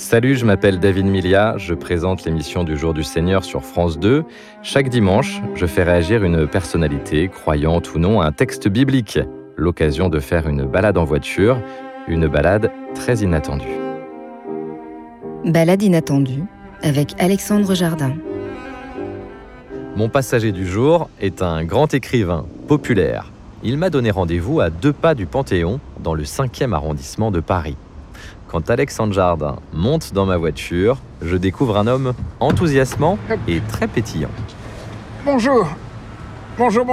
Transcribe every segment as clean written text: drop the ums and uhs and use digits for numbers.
Salut, je m'appelle David Milia, je présente l'émission du Jour du Seigneur sur France 2. Chaque dimanche, je fais réagir une personnalité, croyante ou non, à un texte biblique. L'occasion de faire une balade en voiture, une balade très inattendue. Balade inattendue avec Alexandre Jardin. Mon passager du jour est un grand écrivain, populaire. Il m'a donné rendez-vous à 2 pas du Panthéon, dans le 5e arrondissement de Paris. Quand Alexandre Jardin monte dans ma voiture, je découvre un homme enthousiasmant et très pétillant. Bonjour. Bonjour.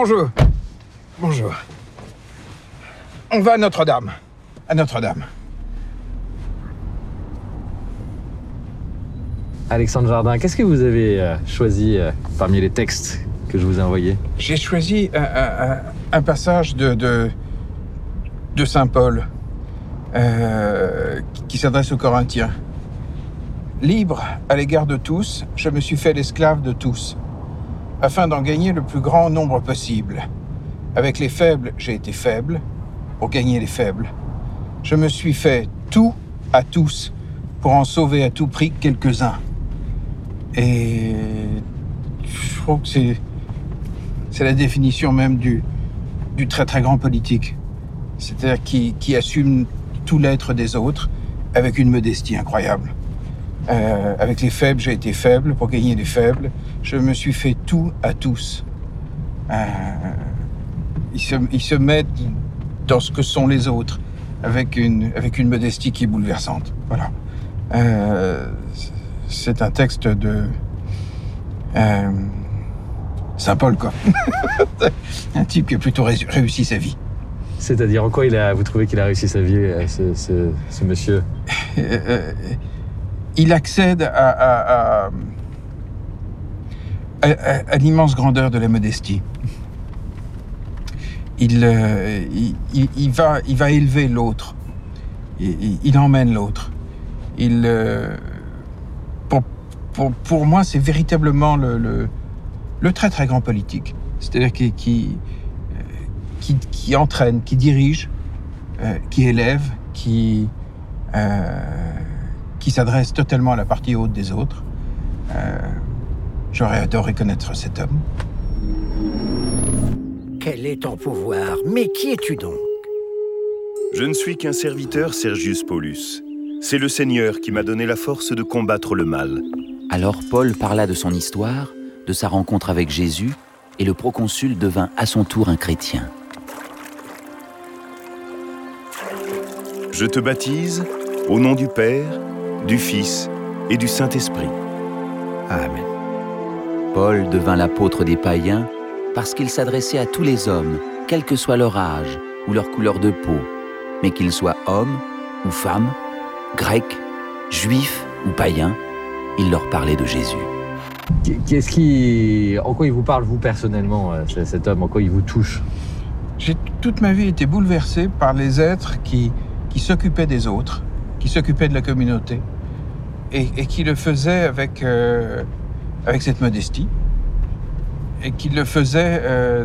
On va à Notre-Dame. Alexandre Jardin, qu'est-ce que vous avez choisi parmi les textes que je vous ai envoyés ? J'ai choisi un passage de Saint Paul qui s'adresse aux Corinthiens. Libre à l'égard de tous, je me suis fait l'esclave de tous, afin d'en gagner le plus grand nombre possible. Avec les faibles, j'ai été faible, pour gagner les faibles. Je me suis fait tout à tous, pour en sauver à tout prix quelques-uns. Et je trouve que c'est la définition même du très très grand politique. C'est-à-dire qui assume tout l'être des autres avec une modestie incroyable. Avec les faibles, j'ai été faible pour gagner les faibles. Je me suis fait tout à tous. Il se met dans ce que sont les autres avec une modestie qui est bouleversante. Voilà. C'est un texte de Saint Paul, quoi. Un type qui a plutôt réussi sa vie. C'est-à-dire, en quoi vous trouvez qu'il a réussi sa vie, ce monsieur ? Il accède à l'immense grandeur de la modestie. Il va élever l'autre. Il emmène l'autre. Pour moi, c'est véritablement le très très grand politique. C'est-à-dire qui entraîne, qui dirige, qui élève, qui s'adresse totalement à la partie haute des autres. J'aurais adoré connaître cet homme. Quel est ton pouvoir ? Mais qui es-tu donc ? Je ne suis qu'un serviteur, Sergius Paulus. C'est le Seigneur qui m'a donné la force de combattre le mal. Alors Paul parla de son histoire, de sa rencontre avec Jésus, et le proconsul devint à son tour un chrétien. Je te baptise au nom du Père, du Fils et du Saint-Esprit. Amen. Paul devint l'apôtre des païens parce qu'il s'adressait à tous les hommes, quel que soit leur âge ou leur couleur de peau, mais qu'ils soient hommes ou femmes, grecs, juifs ou païens, il leur parlait de Jésus. En quoi il vous parle, vous, personnellement, cet homme ? En quoi il vous touche ? J'ai toute ma vie été bouleversé par les êtres qui s'occupaient des autres, qui s'occupaient de la communauté, et qui le faisaient avec cette modestie, et qui le faisaient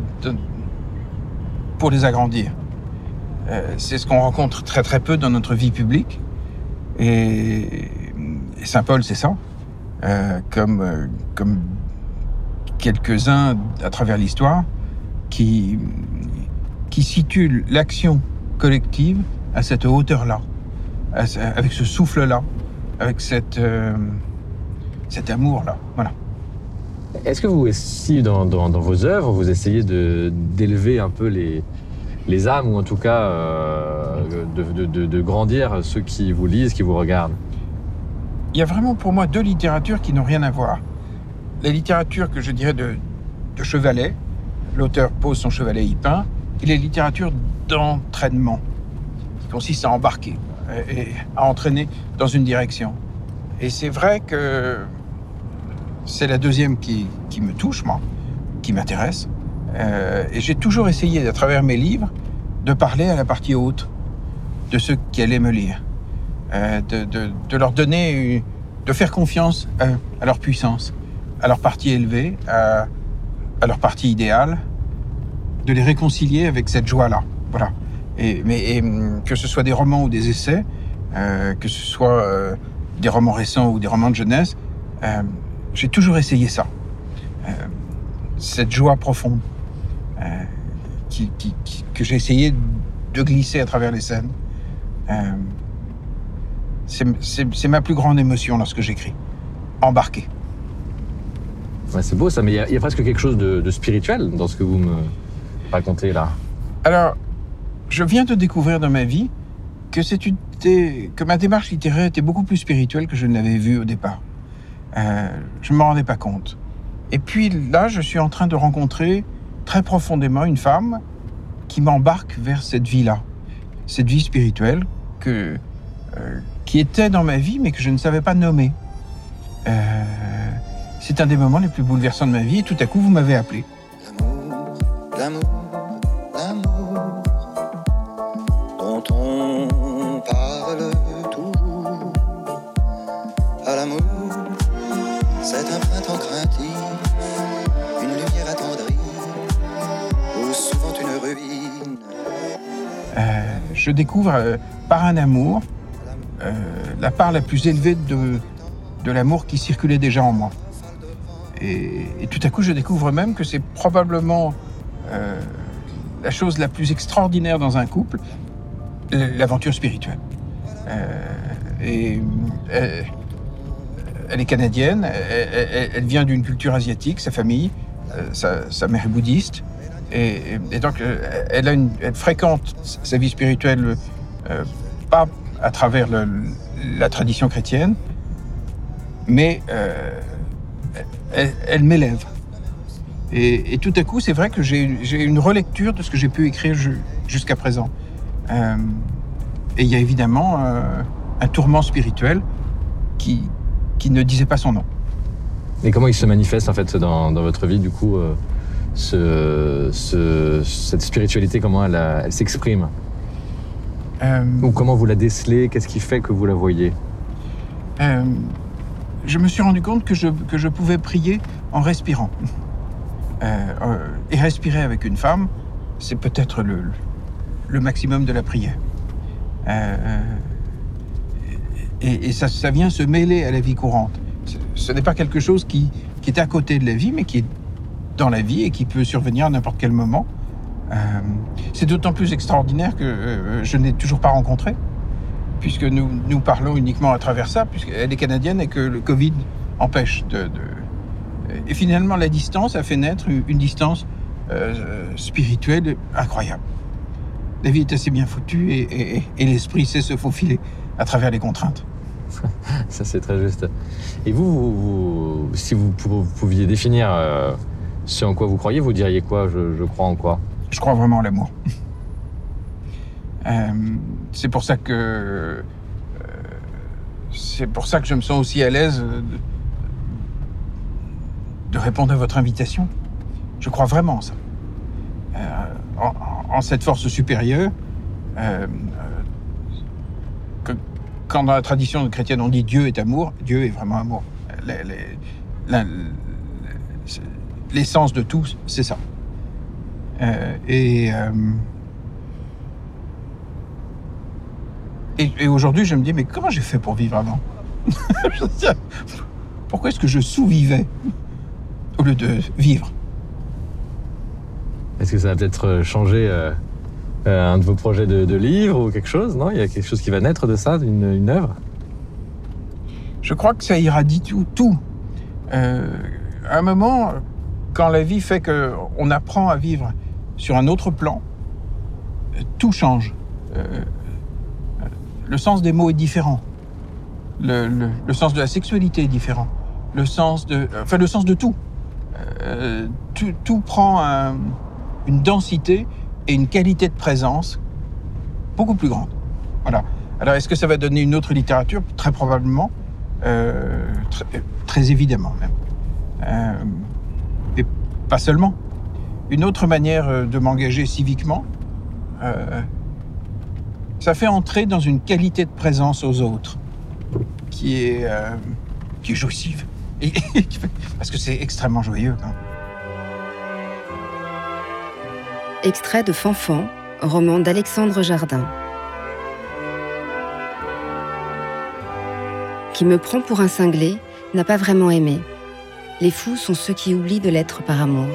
pour les agrandir. C'est ce qu'on rencontre très très peu dans notre vie publique, et Saint Paul, c'est ça. Comme quelques-uns à travers l'histoire qui situent l'action collective à cette hauteur-là, avec ce souffle-là, avec cet amour-là. Voilà. Est-ce que vous, si dans vos œuvres, vous essayez d'élever un peu les âmes, ou en tout cas de grandir ceux qui vous lisent, qui vous regardent ? Il y a vraiment pour moi 2 littératures qui n'ont rien à voir. La littérature que je dirais de chevalet, l'auteur pose son chevalet, il peint, et la littérature d'entraînement, qui consiste à embarquer et à entraîner dans une direction. Et c'est vrai que c'est la deuxième qui me touche, moi, qui m'intéresse. Et j'ai toujours essayé, à travers mes livres, de parler à la partie haute de ceux qui allaient me lire. De leur donner, de faire confiance à leur puissance, à leur partie élevée, à leur partie idéale, de les réconcilier avec cette joie-là. Voilà. Et que ce soit des romans ou des essais, que ce soit des romans récents ou des romans de jeunesse, j'ai toujours essayé ça. Cette joie profonde que j'ai essayé de glisser à travers les scènes. C'est ma plus grande émotion lorsque j'écris. Embarqué. Ouais, c'est beau ça, mais il y a presque quelque chose de spirituel dans ce que vous me racontez là. Alors, je viens de découvrir dans ma vie que ma démarche littéraire était beaucoup plus spirituelle que je ne l'avais vue au départ. Je ne m'en rendais pas compte. Et puis là, je suis en train de rencontrer très profondément une femme qui m'embarque vers cette vie-là. Cette vie spirituelle qui était dans ma vie, mais que je ne savais pas nommer. C'est un des moments les plus bouleversants de ma vie, et tout à coup, vous m'avez appelé. L'amour, dont on parle toujours. À l'amour, c'est un printemps craintif, une lumière attendrie, ou souvent une ruine. Je découvre par un amour la part la plus élevée de l'amour qui circulait déjà en moi. Et tout à coup, je découvre même que c'est probablement la chose la plus extraordinaire dans un couple, l'aventure spirituelle. Elle est canadienne, elle vient d'une culture asiatique, sa famille, sa mère est bouddhiste, et donc elle fréquente sa vie spirituelle pas à travers la tradition chrétienne, mais elle m'élève. Et tout à coup, c'est vrai que j'ai une relecture de ce que j'ai pu écrire jusqu'à présent. Et il y a évidemment un tourment spirituel qui ne disait pas son nom. Et comment il se manifeste en fait dans votre vie du coup cette spiritualité, comment elle s'exprime ou comment vous la décelez? Qu'est-ce qui fait que vous la voyez? Je me suis rendu compte que je pouvais prier en respirant. Et respirer avec une femme, c'est peut-être le maximum de la prière. Et ça vient se mêler à la vie courante. Ce n'est pas quelque chose qui est à côté de la vie, mais qui est dans la vie et qui peut survenir à n'importe quel moment. C'est d'autant plus extraordinaire que je ne l'ai toujours pas rencontrée, puisque nous parlons uniquement à travers ça, puisqu'elle est canadienne et que le Covid empêche de... Et finalement, la distance a fait naître une distance spirituelle incroyable. La vie est assez bien foutue et l'esprit sait se faufiler à travers les contraintes. Ça, c'est très juste. Et vous si vous pouviez définir ce en quoi vous croyez, vous diriez quoi? Je crois en quoi? Je crois vraiment en l'amour. C'est pour ça que je me sens aussi à l'aise de répondre à votre invitation. Je crois vraiment en ça. En cette force supérieure, quand dans la tradition chrétienne on dit Dieu est amour, Dieu est vraiment amour. L'essence de tout, c'est ça. Et aujourd'hui, je me dis, mais comment j'ai fait pour vivre avant? Pourquoi est-ce que je sous-vivais au lieu de vivre? Est-ce que ça va peut-être changer un de vos projets de livre ou quelque chose? Non, il y a quelque chose qui va naître de ça, une œuvre? Je crois que ça irradie tout. À un moment, quand la vie fait qu'on apprend à vivre sur un autre plan, tout change. Le sens des mots est différent. Le sens de la sexualité est différent. Le sens de tout. Tout prend une densité et une qualité de présence beaucoup plus grande. Voilà. Alors, est-ce que ça va donner une autre littérature? Très probablement. Très évidemment, même. Et pas seulement. Une autre manière de m'engager civiquement, ça fait entrer dans une qualité de présence aux autres qui est jouissive. Parce que c'est extrêmement joyeux. Hein. Extrait de Fanfan, roman d'Alexandre Jardin. qui me prend pour un cinglé n'a pas vraiment aimé. Les fous sont ceux qui oublient de l'être par amour.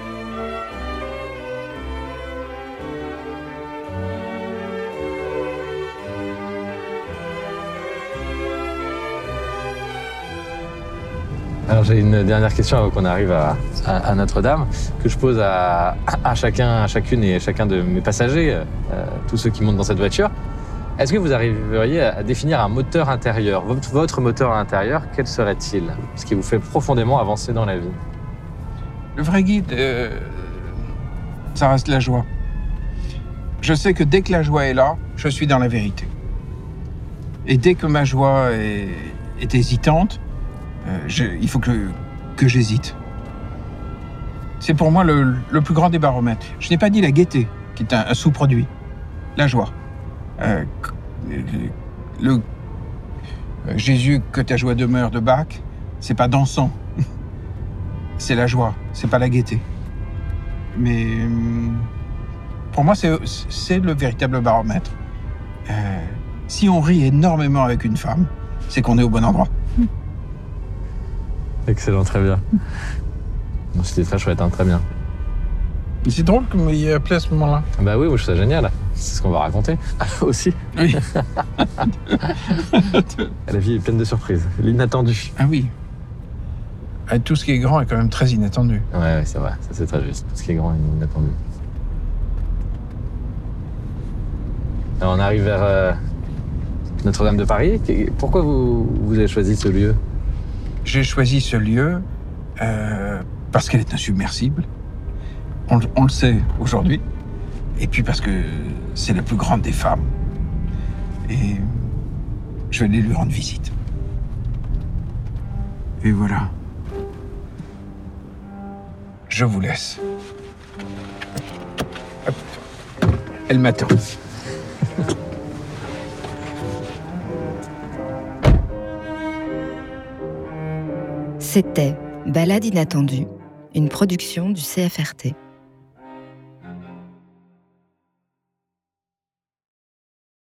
Alors j'ai une dernière question avant qu'on arrive à Notre-Dame, que je pose à chacune et chacun de mes passagers, tous ceux qui montent dans cette voiture. Est-ce que vous arriveriez à définir un moteur intérieur, votre moteur intérieur, quel serait-il? Ce qui vous fait profondément avancer dans la vie. Le vrai guide, ça reste la joie. Je sais que dès que la joie est là, je suis dans la vérité. Et dès que ma joie est hésitante, il faut que j'hésite. C'est pour moi le plus grand des baromètres. Je n'ai pas dit la gaieté, qui est un sous-produit. La joie. Jésus, que ta joie demeure de Bach, c'est pas dansant. C'est la joie, c'est pas la gaieté. Mais pour moi, c'est le véritable baromètre. Si on rit énormément avec une femme, c'est qu'on est au bon endroit. Excellent, très bien. Bon, c'était très chouette, hein, très bien. Mais c'est drôle que vous m'ayez appelé à ce moment-là. Bah oui, moi je trouve ça génial. C'est ce qu'on va raconter aussi. Oui. La vie est pleine de surprises, l'inattendu. Ah oui. Tout ce qui est grand est quand même très inattendu. Ouais, c'est vrai, ça c'est très juste. Tout ce qui est grand est inattendu. Alors, on arrive vers Notre-Dame de Paris. Pourquoi vous avez choisi ce lieu? J'ai choisi ce lieu parce qu'elle est insubmersible. On le sait aujourd'hui. Et puis parce que c'est la plus grande des femmes. Et je vais aller lui rendre visite. Et voilà. Je vous laisse. Hop. Elle m'attend. C'était Balade inattendue, une production du CFRT.